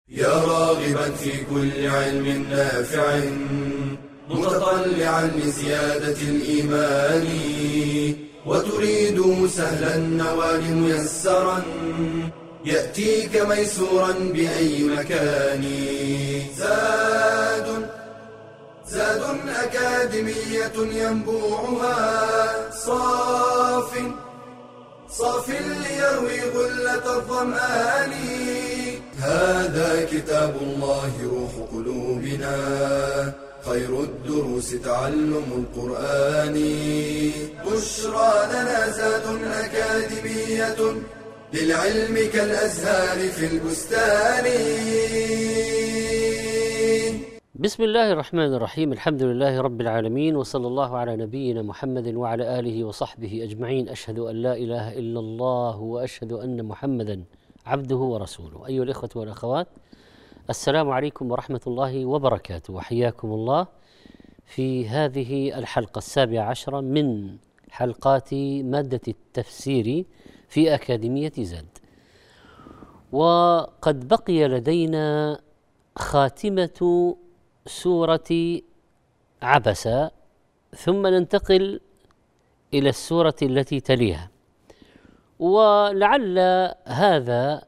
يا راغبا في كل علم نافع متطلعا لزيادة الإيمان وتريد سهلا النوال ميسرا يأتيك ميسورا بأي مكان. زاد أكاديمية ينبوعها صاف ليروي غلة الظمآن. هذا كتاب الله روح قلوبنا، خير الدروس تعلم القرآن. بشرى لنا زاد أكاديمية للعلم كالأزهار في البستان. بسم الله الرحمن الرحيم، الحمد لله رب العالمين، وصلى الله على نبينا محمد وعلى آله وصحبه أجمعين. أشهد أن لا إله إلا الله وأشهد أن محمدا عبده ورسوله. أيها الإخوة والأخوات، السلام عليكم ورحمة الله وبركاته، وحياكم الله في هذه الحلقة 17 من حلقات مادة التفسير في أكاديمية زاد. وقد بقي لدينا خاتمة سورة عبسة، ثم ننتقل إلى السورة التي تليها، ولعل هذا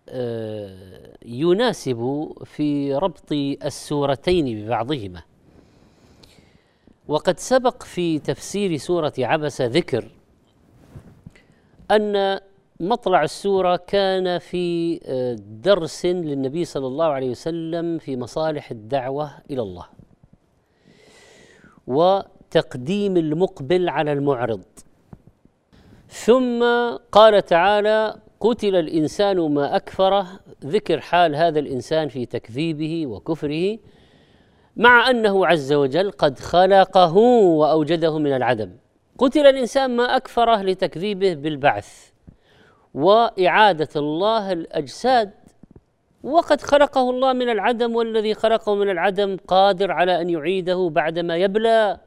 يناسب في ربط السورتين ببعضهما. وقد سبق في تفسير سورة عبسة ذكر أن مطلع السورة كان في درس للنبي صلى الله عليه وسلم في مصالح الدعوة إلى الله، وتقديم المقبل على المعرض. ثم قال تعالى: قتل الإنسان ما أكفره، ذكر حال هذا الإنسان في تكذيبه وكفره، مع أنه عز وجل قد خلقه وأوجده من العدم. قتل الإنسان ما أكفره لتكذيبه بالبعث وإعادة الله الأجساد، وقد خلقه الله من العدم، والذي خلقه من العدم قادر على أن يعيده بعدما يبلى.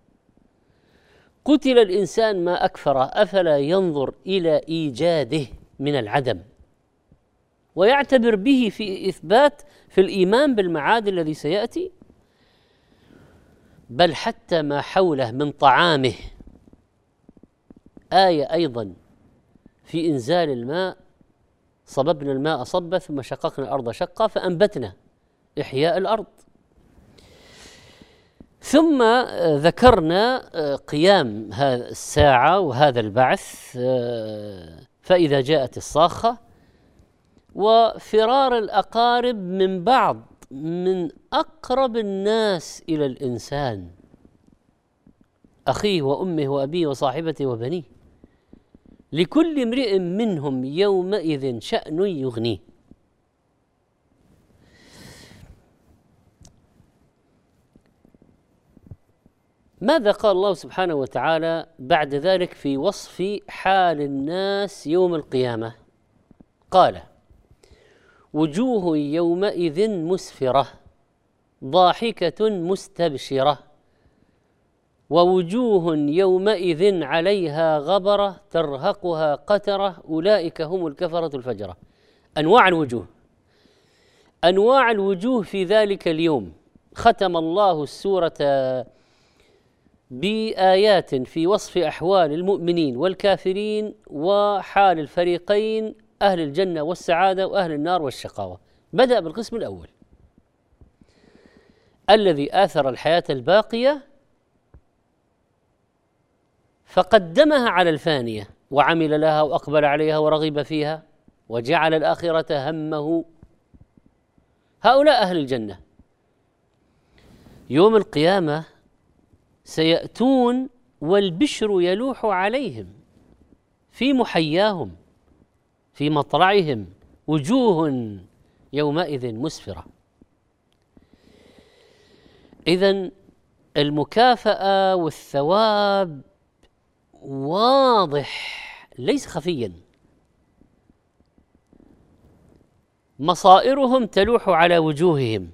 قتل الإنسان ما أكفره، أفلا ينظر إلى إيجاده من العدم ويعتبر به في إثبات في الإيمان بالمعاد الذي سيأتي، بل حتى ما حوله من طعامه. آية أيضا في إنزال الماء: صببنا الماء صبا ثم شققنا الأرض شقا فأنبتنا، إحياء الأرض. ثم ذكرنا قيام هذه الساعة وهذا البعث، فإذا جاءت الصاخة، وفرار الأقارب من بعض، من أقرب الناس إلى الإنسان، أخيه وأمه وأبيه وصاحبته وبنيه، لكل امرئ منهم يومئذ شأن يغنيه. ماذا قال الله سبحانه وتعالى بعد ذلك في وصف حال الناس يوم القيامة؟ قال: وجوه يومئذ مسفرة ضاحكة مستبشرة ووجوه يومئذ عليها غبرة ترهقها قترة أولئك هم الكفرة الفجرة. أنواع الوجوه في ذلك اليوم. ختم الله السورة بآيات في وصف أحوال المؤمنين والكافرين وحال الفريقين، أهل الجنة والسعادة وأهل النار والشقاوة. بدأ بالقسم الأول الذي آثر الحياة الباقية فقدمها على الفانية وعمل لها وأقبل عليها ورغب فيها وجعل الآخرة همه. هؤلاء أهل الجنة. يوم القيامة سيأتون والبشر يلوح عليهم في محياهم في مطلعهم، وجوه يومئذ مسفرة. إذن المكافأة والثواب واضح ليس خفيا. مصائرهم تلوح على وجوههم: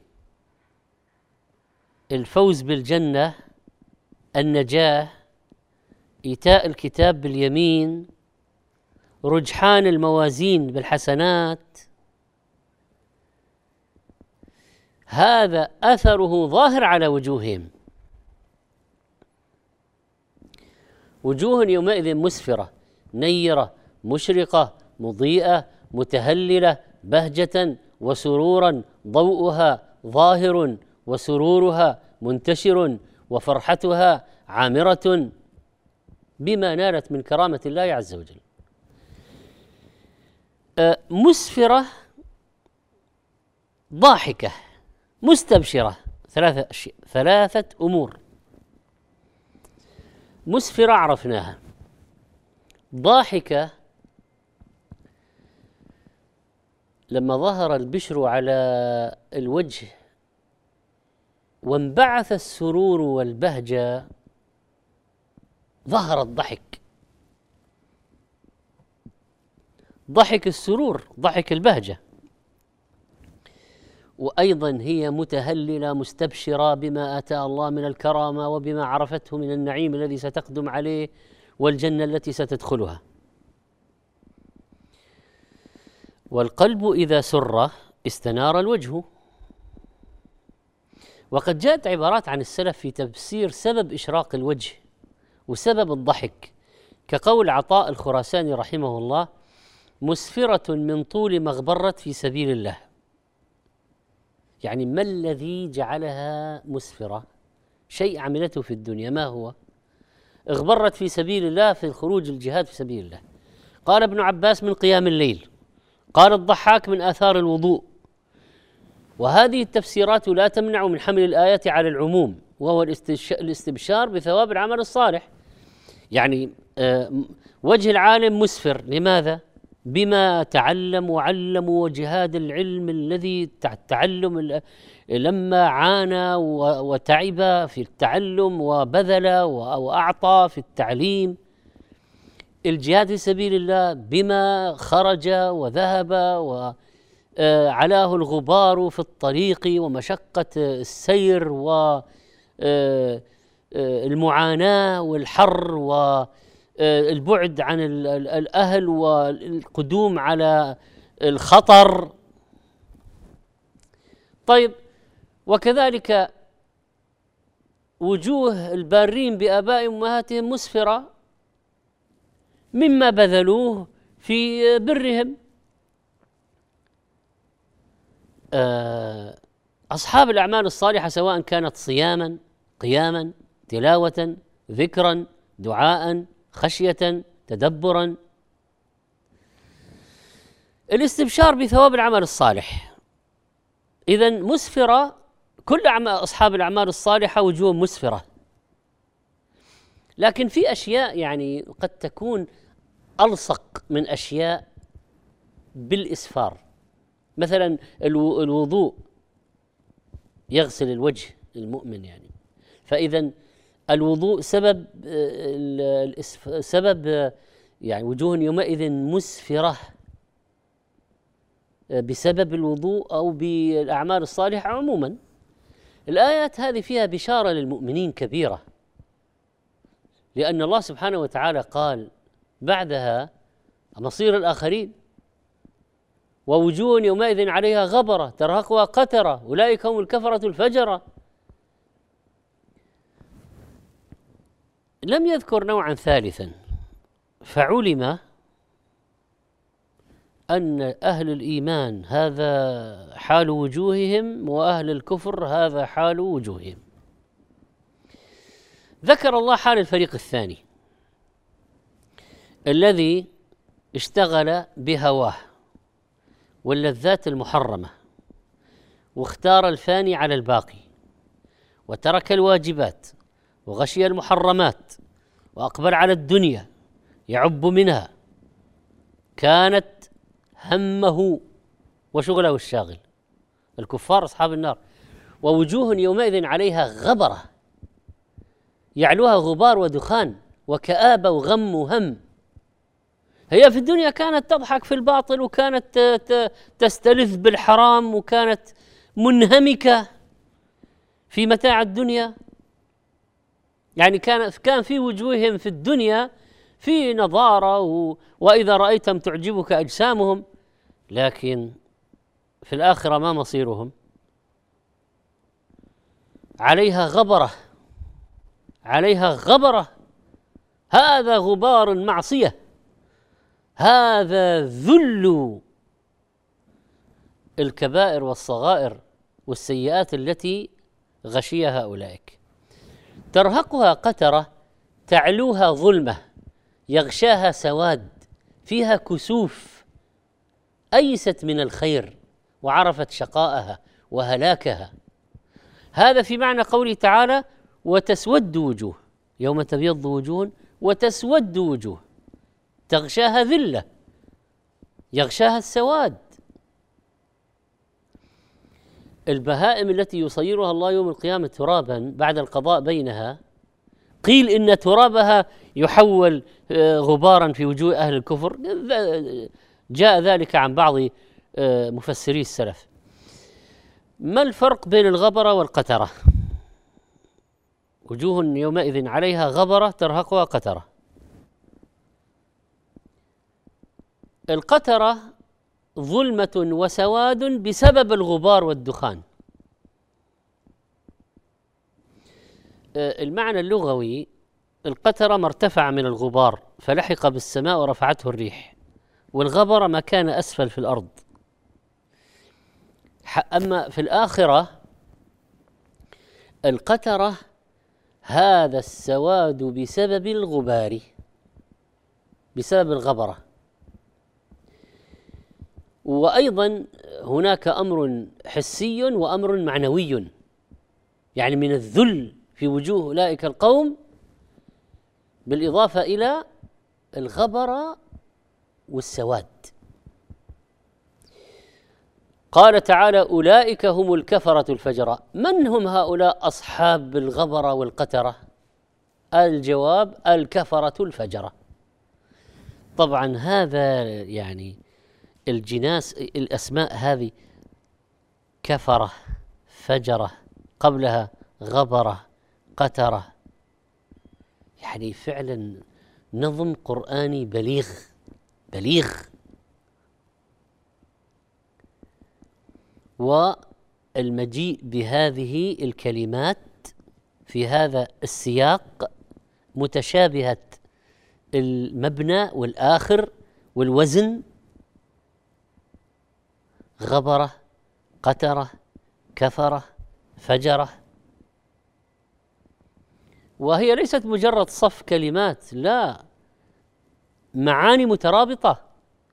الفوز بالجنة، النجاة، إيتاء الكتاب باليمين، رجحان الموازين بالحسنات، هذا أثره ظاهر على وجوههم. وجوه يومئذ مسفرة نيرة مشرقة مضيئة متهللة بهجة وسرورا ضوءها ظاهر وسرورها منتشر وفرحتها عامرة بما نالت من كرامة الله عز وجل. مسفرة ضاحكة مستبشرة، ثلاثة أمور. مسفرة عرفناها، ضاحكة لما ظهر البشر على الوجه وانبعث السرور والبهجة ظهر الضحك، ضحك السرور ضحك البهجة. وأيضا هي متهللة مستبشرة بما آتاها الله من الكرامة وبما عرفته من النعيم الذي ستقدم عليه والجنة التي ستدخلها. والقلب إذا سر استنار الوجه. وقد جاءت عبارات عن السلف في تفسير سبب إشراق الوجه وسبب الضحك، كقول عطاء الخراساني رحمه الله: مسفرة من طول ما اغبرت في سبيل الله. يعني ما الذي جعلها مسفرة؟ شيء عملته في الدنيا، ما هو؟ اغبرت في سبيل الله، في الخروج الجهاد في سبيل الله. قال ابن عباس: من قيام الليل. قال الضحاك: من آثار الوضوء. وهذه التفسيرات لا تمنع من حمل الآية على العموم، وهو الاستبشار بثواب العمل الصالح. يعني وجه العالم مسفر، لماذا؟ بما تعلم وعلم، وجهاد العلم الذي التعلم لما عانى وتعب في التعلم وبذل وأعطى في التعليم. الجهاد في سبيل الله بما خرج وذهب وعلاه الغبار في الطريق ومشقة السير والمعاناة والحر والبعد عن الأهل والقدوم على الخطر. طيب، وكذلك وجوه البارين بآبائهم وأمهاتهم مسفرة مما بذلوه في برهم. أصحاب الأعمال الصالحة سواء كانت صياما، قياما، تلاوة، ذكرا، دعاء، خشية، تدبرا، الاستبشار بثواب العمل الصالح. إذن مسفرة، كل أصحاب الأعمال الصالحة وجوه مسفرة. لكن في أشياء يعني قد تكون ألصق من أشياء بالإسفار. مثلا الوضوء يغسل الوجه المؤمن، يعني فإذا الوضوء سبب يعني وجوه يومئذ مسفرة بسبب الوضوء أو بالأعمال الصالحة عموما. الآيات هذه فيها بشارة للمؤمنين كبيرة، لأن الله سبحانه وتعالى قال بعدها مصير الآخرين: ووجوه يومئذ عليها غبرة ترهقها قترة أولئك هم الكفرة الفجرة. لم يذكر نوعا ثالثا، فعلم أن أهل الإيمان هذا حال وجوههم وأهل الكفر هذا حال وجوههم. ذكر الله حال الفريق الثاني الذي اشتغل بهواه واللذات المحرمة واختار الفاني على الباقي وترك الواجبات وغشي المحرمات وأقبل على الدنيا يعب منها، كانت همه وشغله الشاغل. الكفار أصحاب النار. ووجوه يومئذ عليها غبرة يعلوها غبار ودخان وكآبة وغم وهم. هي في الدنيا كانت تضحك في الباطل، وكانت تستلذ بالحرام، وكانت منهمكة في متاع الدنيا. يعني كان في وجوههم في الدنيا في نضارة وإذا رأيتهم تعجبك أجسامهم، لكن في الآخرة ما مصيرهم؟ عليها غبرة، عليها غبرة، هذا غبار المعصية، هذا ذل الكبائر والصغائر والسيئات التي غشيها أولئك. ترهقها قترة، تعلوها ظلمة، يغشاها سواد، فيها كسوف، أيست من الخير وعرفت شقاءها وهلاكها. هذا في معنى قوله تعالى: وتسود وجوه، يوم تبيض وجوه وتسود وجوه، تغشاها ذلة، يغشاها السواد. البهائم التي يصيرها الله يوم القيامة ترابا بعد القضاء بينها، قيل إن ترابها يحول غبارا في وجوه أهل الكفر، جاء ذلك عن بعض مفسري السلف. ما الفرق بين الغبرة والقترة؟ وجوه يومئذ عليها غبرة ترهقها قترة. القترة ظلمة وسواد بسبب الغبار والدخان. المعنى اللغوي: القترة ما ارتفع من الغبار فلحق بالسماء ورفعته الريح، والغبر ما كان أسفل في الأرض. أما في الآخرة القترة هذا السواد بسبب الغبار، بسبب الغبرة. وأيضا هناك أمر حسي وأمر معنوي، يعني من الذل في وجوه أولئك القوم بالإضافة إلى الغبرة والسواد. قال تعالى: أولئك هم الكفرة الفجرة. من هم هؤلاء أصحاب الغبرة والقترة؟ الجواب: الكفرة الفجرة. طبعا هذا يعني الجناس، الأسماء هذه كفرة، فجرة، قبلها غبرة، قترة، يعني فعلا نظم قرآني بليغ بليغ. والمجيء بهذه الكلمات في هذا السياق متشابهة المبنى والآخر والوزن: غبرة، قترة، كفرة، فجرة. وهي ليست مجرد صف كلمات، لا، معاني مترابطة.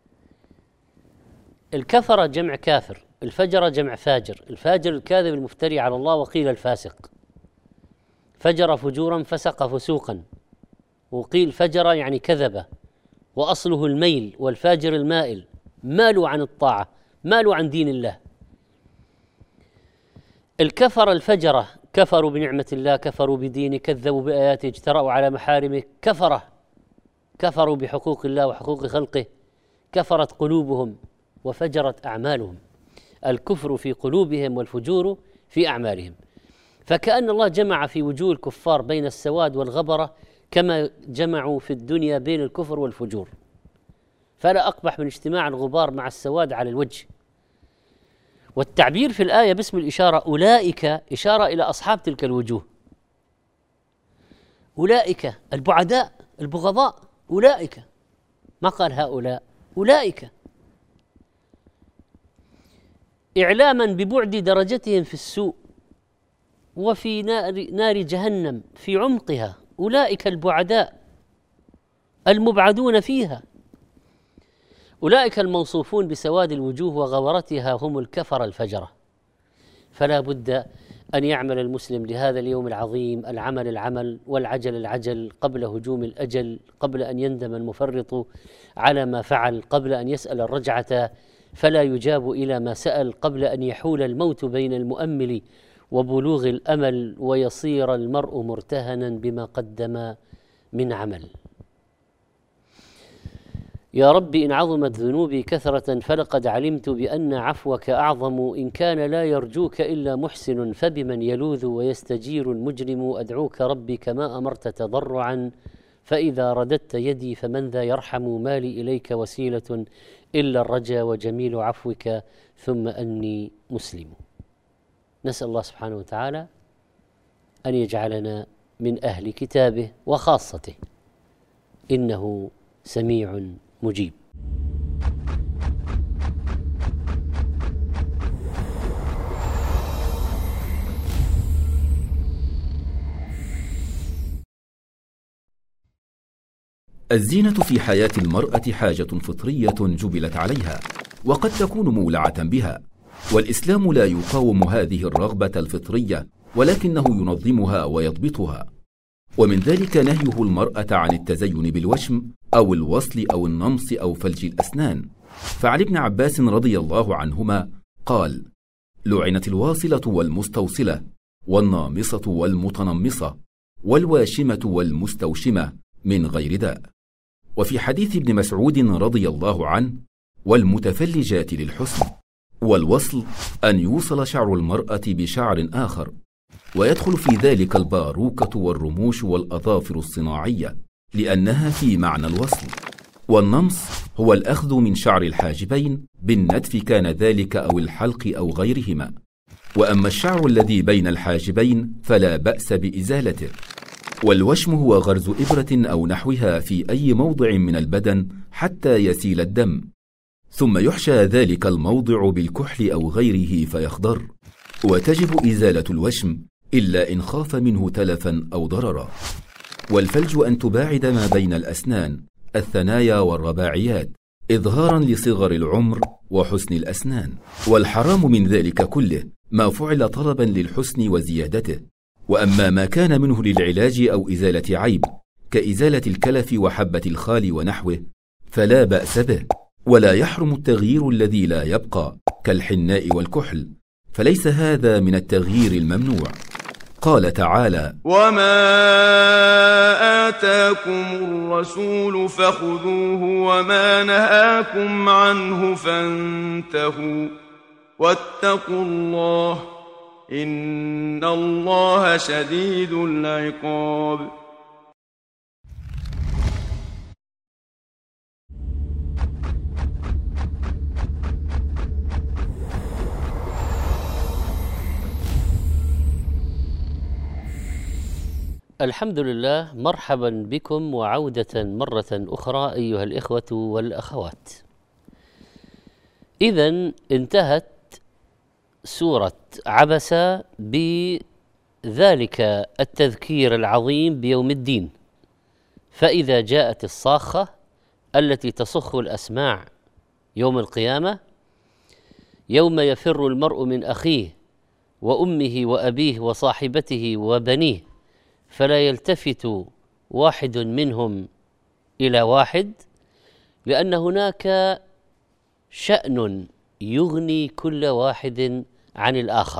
الكفرة جمع كافر، الفجر جمع فاجر، الفاجر الكاذب المفتري على الله، وقيل الفاسق. فجر فجورا، فسق فسوقا، وقيل فجر يعني كذب، وأصله الميل، والفاجر المائل، مالوا عن الطاعة، مالوا عن دين الله. الكفر الفجرة كفروا بنعمة الله، كفروا بدينه، كذبوا بآياته، اجترأوا على محارمه، كفروا بحقوق الله وحقوق خلقه، كفرت قلوبهم وفجرت أعمالهم. الكفر في قلوبهم والفجور في أعمالهم. فكأن الله جمع في وجوه الكفار بين السواد والغبرة كما جمعوا في الدنيا بين الكفر والفجور، فلا أقبح من اجتماع الغبار مع السواد على الوجه. والتعبير في الآية باسم الإشارة أولئك إشارة إلى أصحاب تلك الوجوه، أولئك البعداء البغضاء، أولئك، ما قال هؤلاء، أولئك، إعلاما ببعد درجتهم في السوء وفي نار جهنم في عمقها. أولئك البعداء المبعدون فيها. أولئك الموصوفون بسواد الوجوه وغبرتها هم الكفر الفجرة. فلا بد أن يعمل المسلم لهذا اليوم العظيم العمل والعجل العجل قبل هجوم الأجل، قبل أن يندم المفرط على ما فعل، قبل أن يسأل الرجعة فلا يجاب إلى ما سأل، قبل أن يحول الموت بين المؤمل وبلوغ الأمل، ويصير المرء مرتهنا بما قدم من عمل. يا رب إن عظمت ذنوبي كثرة فلقد علمت بأن عفوك أعظم، إن كان لا يرجوك إلا محسن فبمن يلوذ ويستجير المجرم. أدعوك ربي كما أمرت تضرعا، فإذا رددت يدي فمن ذا يرحم، مالي إليك وسيلة إلا الرجا وجميل عفوك ثم أني مسلم. نسأل الله سبحانه وتعالى أن يجعلنا من أهل كتابه وخاصته، إنه سميع مجيب. الزينة في حياة المرأة حاجة فطرية جبلت عليها، وقد تكون مولعة بها، والإسلام لا يقاوم هذه الرغبة الفطرية، ولكنه ينظمها ويضبطها. ومن ذلك نهيه المرأة عن التزين بالوشم أو الوصل أو النمص أو فلج الأسنان. فعن ابن عباس رضي الله عنهما قال: لعنت الواصلة والمستوصلة والنامصة والمتنمصة والواشمة والمستوشمة من غير داء. وفي حديث ابن مسعود رضي الله عنه: والمتفلجات للحسن. والوصل أن يوصل شعر المرأة بشعر آخر، ويدخل في ذلك الباروكة والرموش والأظافر الصناعية، لأنها في معنى الوصل. والنمص هو الأخذ من شعر الحاجبين بالنتف كان ذلك أو الحلق أو غيرهما. وأما الشعر الذي بين الحاجبين فلا بأس بإزالته. والوشم هو غرز إبرة أو نحوها في أي موضع من البدن حتى يسيل الدم، ثم يحشى ذلك الموضع بالكحل أو غيره فيخضر. وتجب إزالة الوشم إلا إن خاف منه تلفا أو ضررا. والفلج أن تباعد ما بين الأسنان، الثنايا والرباعيات، إظهارا لصغر العمر وحسن الأسنان. والحرام من ذلك كله ما فعل طلبا للحسن وزيادته. وأما ما كان منه للعلاج أو إزالة عيب كإزالة الكلف وحبة الخال ونحوه فلا بأس به، ولا يحرم التغيير الذي لا يبقى كالحناء والكحل، فليس هذا من التغيير الممنوع. قال تعالى: وما آتاكم الرسول فخذوه وما نهاكم عنه فانتهوا واتقوا الله إن الله شديد العقاب. الحمد لله، مرحبا بكم وعودة مرة أخرى أيها الإخوة والأخوات. إذن انتهت سورة عبسة بذلك التذكير العظيم بيوم الدين. فإذا جاءت الصاخة التي تصخ الأسماع يوم القيامة، يوم يفر المرء من أخيه وأمه وأبيه وصاحبته وبنيه فلا يلتفت واحد منهم إلى واحد، لأن هناك شأن يغني كل واحد عن الآخر.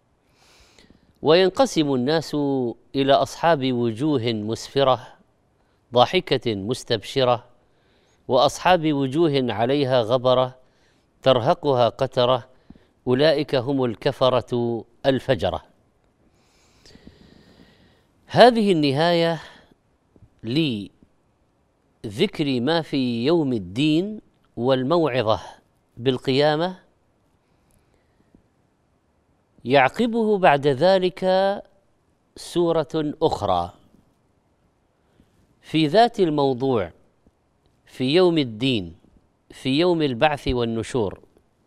وينقسم الناس إلى أصحاب وجوه مسفرة ضاحكة مستبشرة، وأصحاب وجوه عليها غبرة ترهقها قترة، أولئك هم الكفرة الفجرة. هذه النهاية لذكر ما في يوم الدين والموعظة بالقيامة. يعقبه بعد ذلك سورة أخرى في ذات الموضوع، في يوم الدين، في يوم البعث والنشور،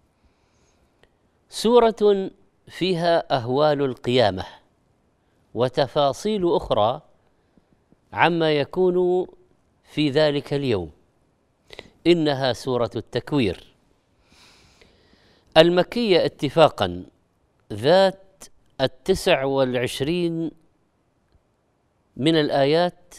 سورة فيها أهوال القيامة وتفاصيل أخرى عما يكون في ذلك اليوم. إنها سورة التكوير المكية اتفاقا، ذات 29 من الآيات،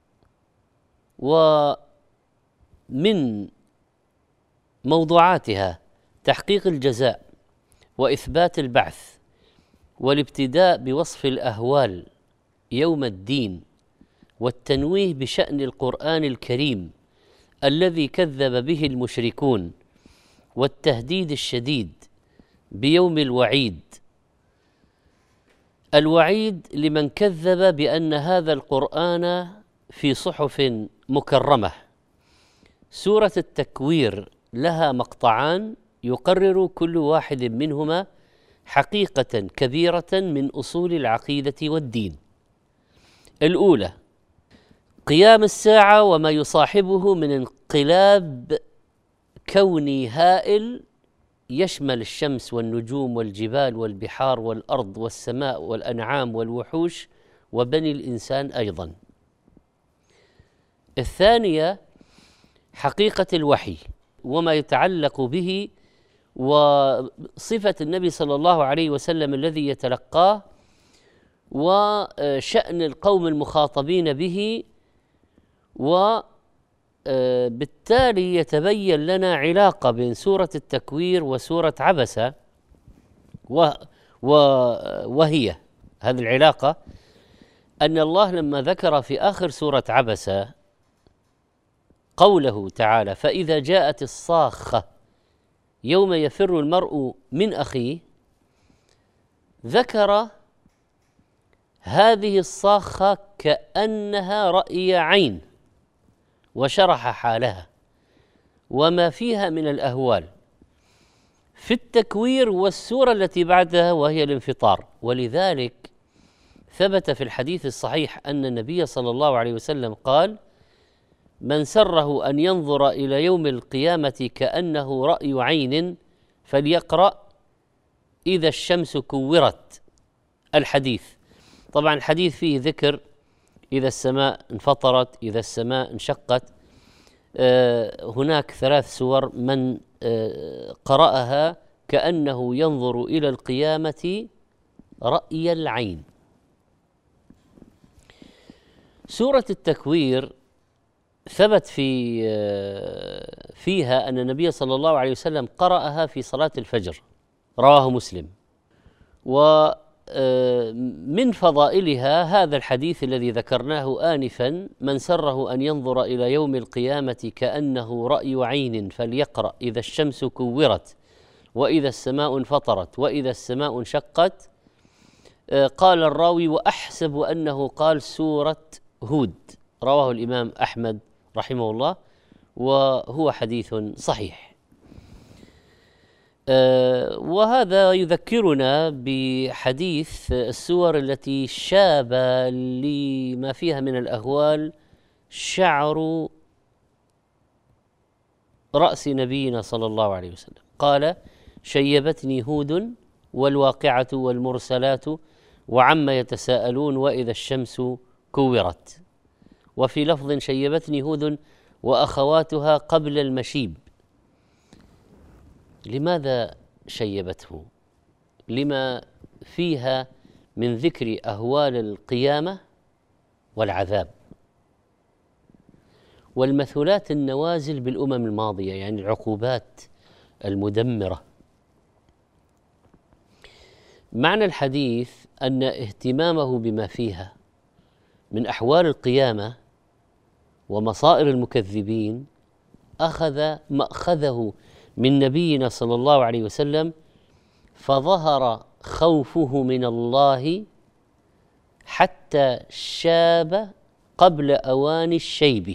ومن موضوعاتها تحقيق الجزاء وإثبات البعث والابتداء بوصف الأهوال يوم الدين، والتنويه بشأن القرآن الكريم الذي كذب به المشركون، والتهديد الشديد بيوم الوعيد، الوعيد لمن كذب بأن هذا القرآن في صحف مكرمة. سورة التكوير لها مقطعان يقرر كل واحد منهما حقيقة كبيرة من أصول العقيدة والدين. الأولى قيام الساعة وما يصاحبه من انقلاب كوني هائل يشمل الشمس والنجوم والجبال والبحار والأرض والسماء والأنعام والوحوش وبني الإنسان أيضا. الثانية حقيقة الوحي وما يتعلق به وصفة النبي صلى الله عليه وسلم الذي يتلقاه وشأن القوم المخاطبين به، وبالتالي يتبين لنا علاقة بين سورة التكوير وسورة عبسة، وهي هذه العلاقة أن الله لما ذكر في آخر سورة عبسة قوله تعالى: فإذا جاءت الصاخة يوم يفر المرء من أخيه، ذكر هذه الصاخة كأنها رأي عين وشرح حالها وما فيها من الأهوال في التكوير والسورة التي بعدها وهي الانفطار. ولذلك ثبت في الحديث الصحيح أن النبي صلى الله عليه وسلم قال: من سره أن ينظر إلى يوم القيامة كأنه رأي عين فليقرأ إذا الشمس كورت. الحديث طبعا الحديث فيه ذكر إذا السماء انفطرت، إذا السماء انشقت. هناك 3 سور من قرأها كأنه ينظر إلى القيامة رأي العين. سورة التكوير ثبت فيها أن النبي صلى الله عليه وسلم قرأها في صلاة الفجر، رواه مسلم. ومن فضائلها هذا الحديث الذي ذكرناه آنفا: من سره أن ينظر إلى يوم القيامة كأنه رأي عين فليقرأ إذا الشمس كورت وإذا السماء انفطرت وإذا السماء انشقت. قال الراوي: وأحسب أنه قال سورة هود، رواه الإمام أحمد رحمه الله، وهو حديث صحيح. وهذا يذكرنا بحديث السور التي شاب لما فيها من الأهوال شعر رأس نبينا صلى الله عليه وسلم. قال: شيبتني هود والواقعة والمرسلات وعما يتساءلون وإذا الشمس كورت. وفي لفظ: شيبتني هود وأخواتها قبل المشيب. لماذا شيبته؟ لما فيها من ذكر أهوال القيامة والعذاب والمثلات النوازل بالأمم الماضية، يعني العقوبات المدمرة. معنى الحديث أن اهتمامه بما فيها من أحوال القيامة ومصائر المكذبين أخذ مأخذه من نبينا صلى الله عليه وسلم، فظهر خوفه من الله حتى شاب قبل أوان الشيب،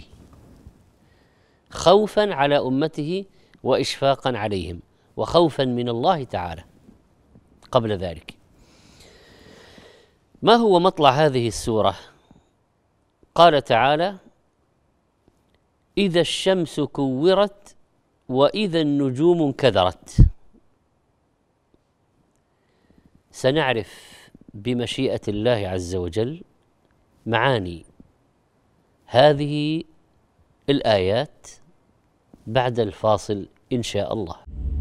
خوفا على أمته وإشفاقا عليهم وخوفا من الله تعالى قبل ذلك. ما هو مطلع هذه السورة؟ قال تعالى: إذا الشمس كورت وإذا النجوم انكدرت. سنعرف بمشيئة الله عز وجل معاني هذه الآيات بعد الفاصل إن شاء الله.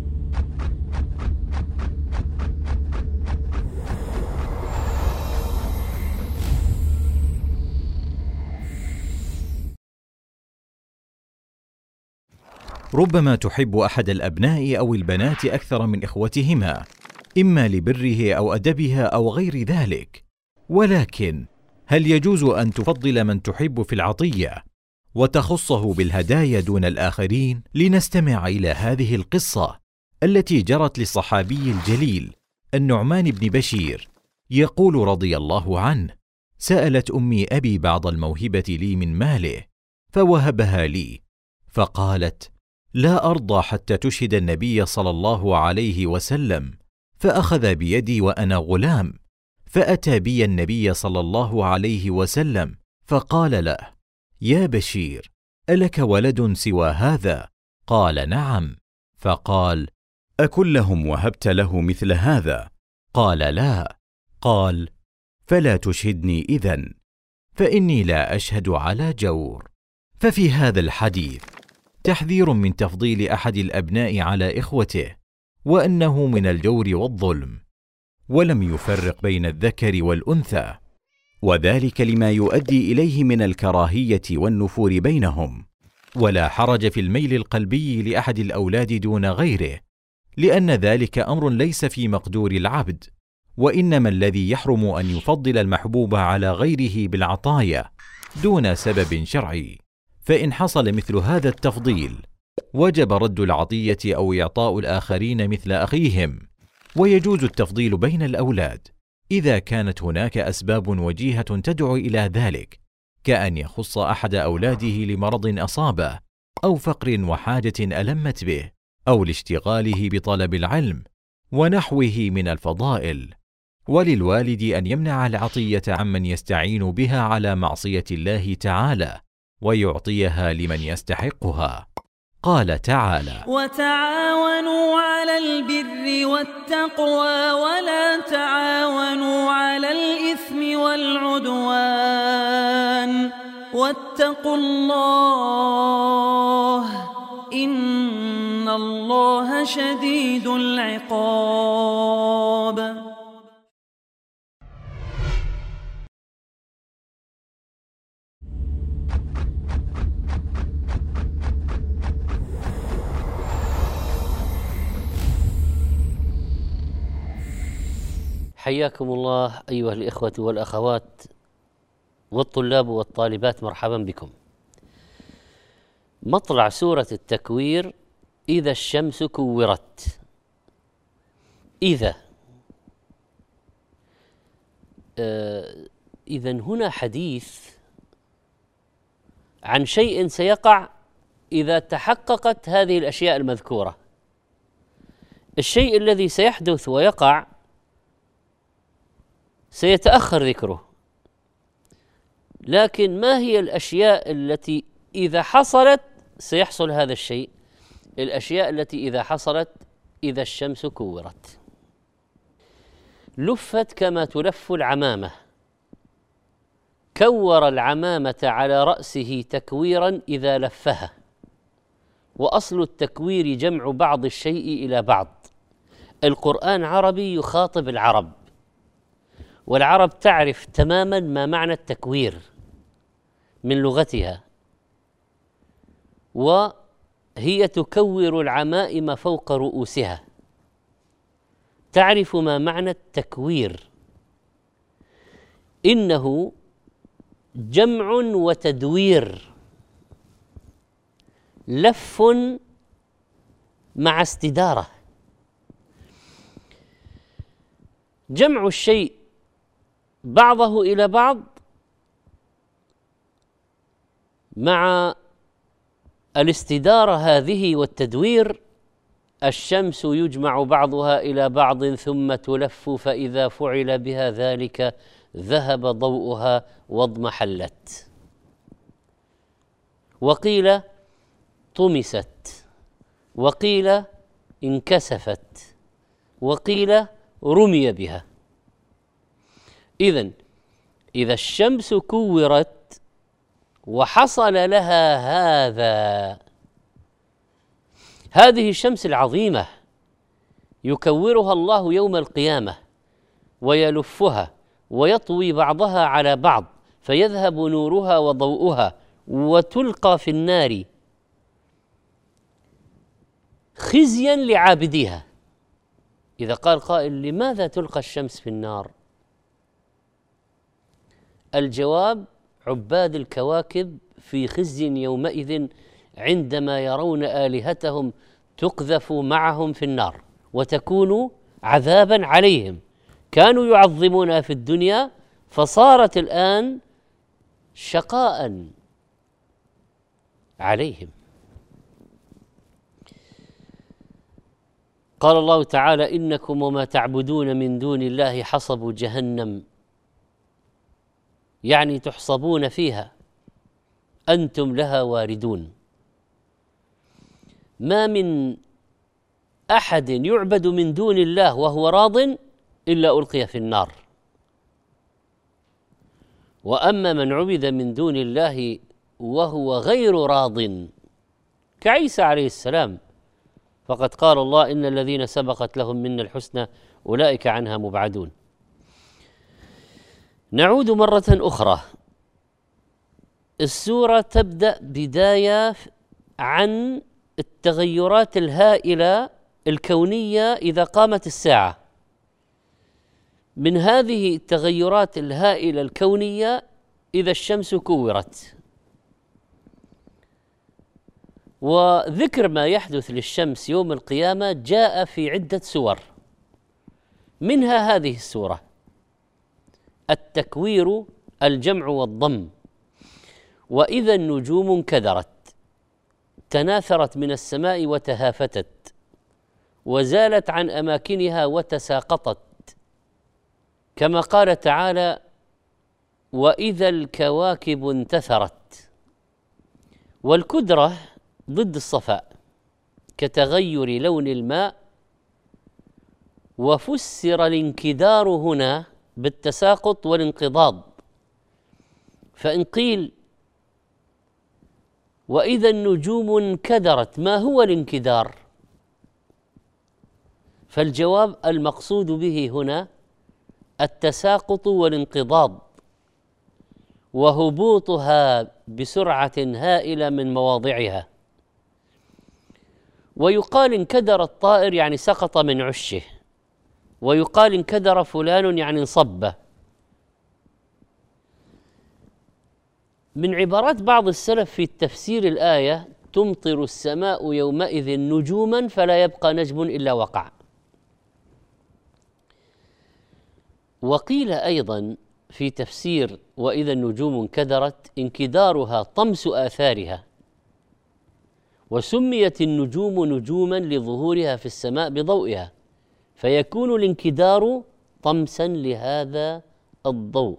ربما تحب أحد الأبناء أو البنات أكثر من إخوتهما، إما لبره أو أدبها أو غير ذلك، ولكن هل يجوز أن تفضل من تحب في العطية وتخصه بالهدايا دون الآخرين؟ لنستمع إلى هذه القصة التي جرت للصحابي الجليل النعمان بن بشير، يقول رضي الله عنه: سألت أمي أبي بعض الموهبة لي من ماله فوهبها لي، فقالت: لا أرضى حتى تشهد النبي صلى الله عليه وسلم، فأخذ بيدي وأنا غلام فأتى بي النبي صلى الله عليه وسلم فقال له: يا بشير، ألك ولد سوى هذا؟ قال: نعم. فقال: أكلهم وهبت له مثل هذا؟ قال: لا. قال: فلا تشهدني إذن، فإني لا أشهد على جور. ففي هذا الحديث تحذير من تفضيل أحد الأبناء على إخوته، وأنه من الجور والظلم، ولم يفرق بين الذكر والأنثى، وذلك لما يؤدي إليه من الكراهية والنفور بينهم. ولا حرج في الميل القلبي لأحد الأولاد دون غيره، لأن ذلك أمر ليس في مقدور العبد، وإنما الذي يحرم أن يفضل المحبوب على غيره بالعطايا دون سبب شرعي. فإن حصل مثل هذا التفضيل وجب رد العطية أو إعطاء الآخرين مثل أخيهم. ويجوز التفضيل بين الأولاد إذا كانت هناك أسباب وجيهة تدعو إلى ذلك، كأن يخص أحد أولاده لمرض أصابه، أو فقر وحاجة ألمت به، أو لاشتغاله بطلب العلم ونحوه من الفضائل. وللوالد أن يمنع العطية عمن يستعين بها على معصية الله تعالى، ويعطيها لمن يستحقها. قال تعالى: وتعاونوا على البر والتقوى ولا تعاونوا على الإثم والعدوان واتقوا الله إن الله شديد العقاب. حياكم الله أيها الإخوة والأخوات والطلاب والطالبات، مرحبا بكم. مطلع سورة التكوير: إذا الشمس كورت. إذن هنا حديث عن شيء سيقع إذا تحققت هذه الأشياء المذكورة. الشيء الذي سيحدث ويقع سيتأخر ذكره، لكن ما هي الأشياء التي إذا حصلت سيحصل هذا الشيء؟ الأشياء التي إذا حصلت: إذا الشمس كورت، لفت كما تلف العمامة، كور العمامة على رأسه تكويرا إذا لفها. وأصل التكوير جمع بعض الشيء إلى بعض. القرآن عربي يخاطب العرب، والعرب تعرف تماما ما معنى التكوير من لغتها، وهي تكور العمائم فوق رؤوسها، تعرف ما معنى التكوير. إنه جمع وتدوير، لف مع استدارة. جمع الشيء بعضه إلى بعض مع الاستدارة هذه والتدوير. الشمس يجمع بعضها إلى بعض ثم تلف، فإذا فعل بها ذلك ذهب ضوءها واضمحلت. وقيل طمست، وقيل انكسفت، وقيل رمي بها. إذن إذا الشمس كورت وحصل لها هذه الشمس العظيمة يكورها الله يوم القيامة ويلفها ويطوي بعضها على بعض فيذهب نورها وضوءها وتلقى في النار خزيا لعابديها. إذا قال قائل: لماذا تلقى الشمس في النار؟ الجواب: عباد الكواكب في خزي يومئذ عندما يرون آلهتهم تقذف معهم في النار وتكون عذابا عليهم. كانوا يعظمونها في الدنيا فصارت الآن شقاء عليهم. قال الله تعالى: إنكم وما تعبدون من دون الله حصب جهنم، يعني تحصبون فيها، أنتم لها واردون. ما من أحد يعبد من دون الله وهو راض إلا ألقي في النار. وأما من عبد من دون الله وهو غير راض كعيسى عليه السلام فقد قال الله: إن الذين سبقت لهم منا الحسنى أولئك عنها مبعدون. نعود مرة أخرى. السورة تبدأ بداية عن التغيرات الهائلة الكونية إذا قامت الساعة. من هذه التغيرات الهائلة الكونية إذا الشمس كورت، وذكر ما يحدث للشمس يوم القيامة جاء في عدة سور، منها هذه السورة: التكوير، الجمع والضم. وإذا النجوم انكدرت، تناثرت من السماء وتهافتت، وزالت عن أماكنها وتساقطت، كما قال تعالى: وإذا الكواكب انتثرت. والكدرة ضد الصفاء كتغير لون الماء، وفسر الانكدار هنا بالتساقط والانقضاض. فإن قيل: وإذا النجوم انكدرت، ما هو الانكدار؟ فالجواب: المقصود به هنا التساقط والانقضاض، وهبوطها بسرعة هائلة من مواضعها. ويقال انكدر الطائر يعني سقط من عشه، ويقال انكدر فلان يعني انصب. من عبارات بعض السلف في تفسير الآية: تمطر السماء يومئذ نجوما فلا يبقى نجم إلا وقع. وقيل أيضا في تفسير وإذا النجوم انكدرت: انكدارها طمس آثارها، وسميت النجوم نجوما لظهورها في السماء بضوئها، فيكون الانكدار طمسا لهذا الضوء.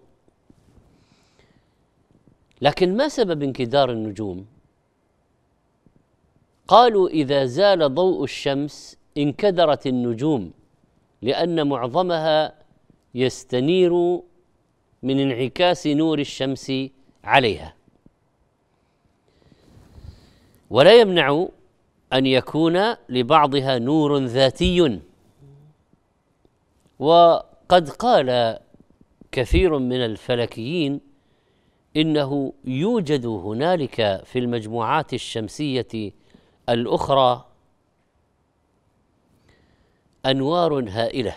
لكن ما سبب انكدار النجوم؟ قالوا: إذا زال ضوء الشمس انكدرت النجوم، لأن معظمها يستنير من انعكاس نور الشمس عليها. ولا يمنع أن يكون لبعضها نور ذاتي. وقد قال كثير من الفلكيين إنه يوجد هنالك في المجموعات الشمسية الأخرى أنوار هائلة،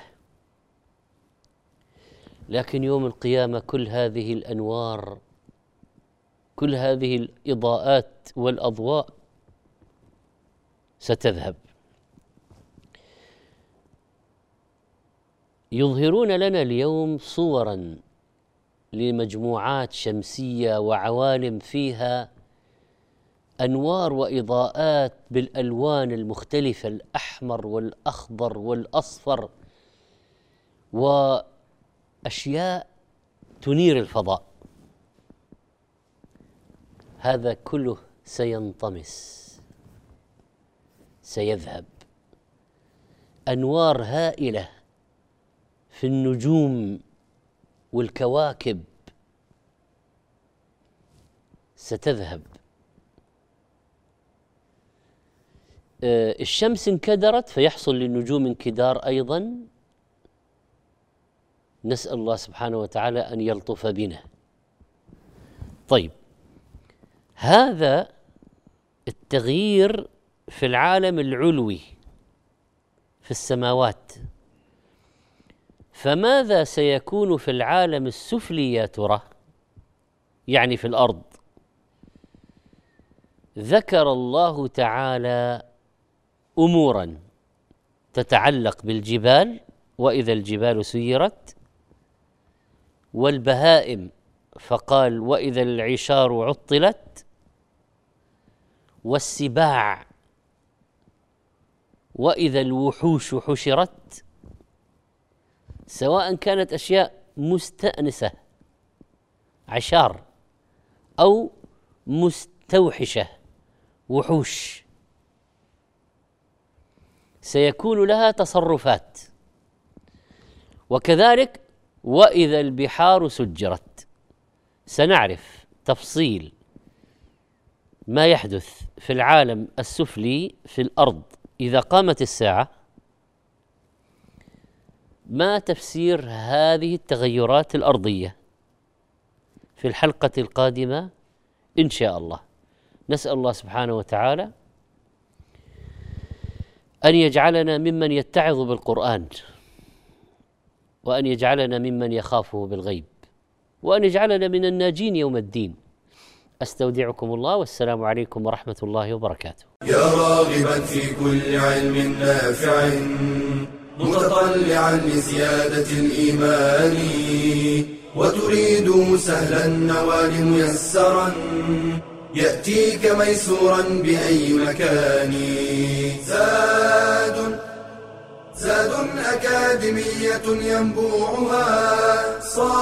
لكن يوم القيامة كل هذه الأنوار، كل هذه الإضاءات والأضواء ستذهب. يظهرون لنا اليوم صوراً لمجموعات شمسية وعوالم فيها أنوار وإضاءات بالألوان المختلفة، الأحمر والأخضر والأصفر، وأشياء تنير الفضاء. هذا كله سينطمس، سيذهب. أنوار هائلة في النجوم والكواكب ستذهب. الشمس انكدرت فيحصل للنجوم انكدار أيضا. نسأل الله سبحانه وتعالى أن يلطف بنا. طيب، هذا التغيير في العالم العلوي في السماوات، فماذا سيكون في العالم السفلي يا ترى؟ يعني في الأرض. ذكر الله تعالى أمورا تتعلق بالجبال، وإذا الجبال سيرت، والبهائم فقال: وإذا العشار عطلت، والسباع، وإذا الوحوش حشرت، سواء كانت أشياء مستأنسة عشار أو مستوحشة وحوش، سيكون لها تصرفات. وكذلك وإذا البحار سجرت، سنعرف تفصيل ما يحدث في العالم السفلي في الأرض إذا قامت الساعة. ما تفسير هذه التغيرات الأرضية في الحلقة القادمة إن شاء الله. نسأل الله سبحانه وتعالى أن يجعلنا ممن يتعظ بالقرآن، وأن يجعلنا ممن يخافه بالغيب، وأن يجعلنا من الناجين يوم الدين. أستودعكم الله، والسلام عليكم ورحمة الله وبركاته. يا راغبا في كل علم نافع متطلعا لزيادة الإيمان، وتريد سهلا النوال ميسرا يأتيك ميسورا بأي مكان. زاد أكاديمية ينبوعها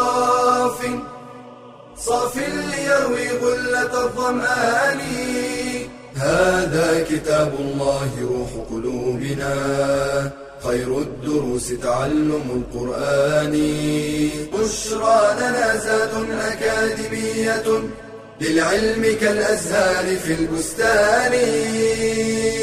صاف ليروي غلة الظمآن. هذا كتاب الله روح قلوبنا، خير الدروس تعلم القرآن. بشرى لنا زاد أكاديمية للعلم كالأزهار في البستان.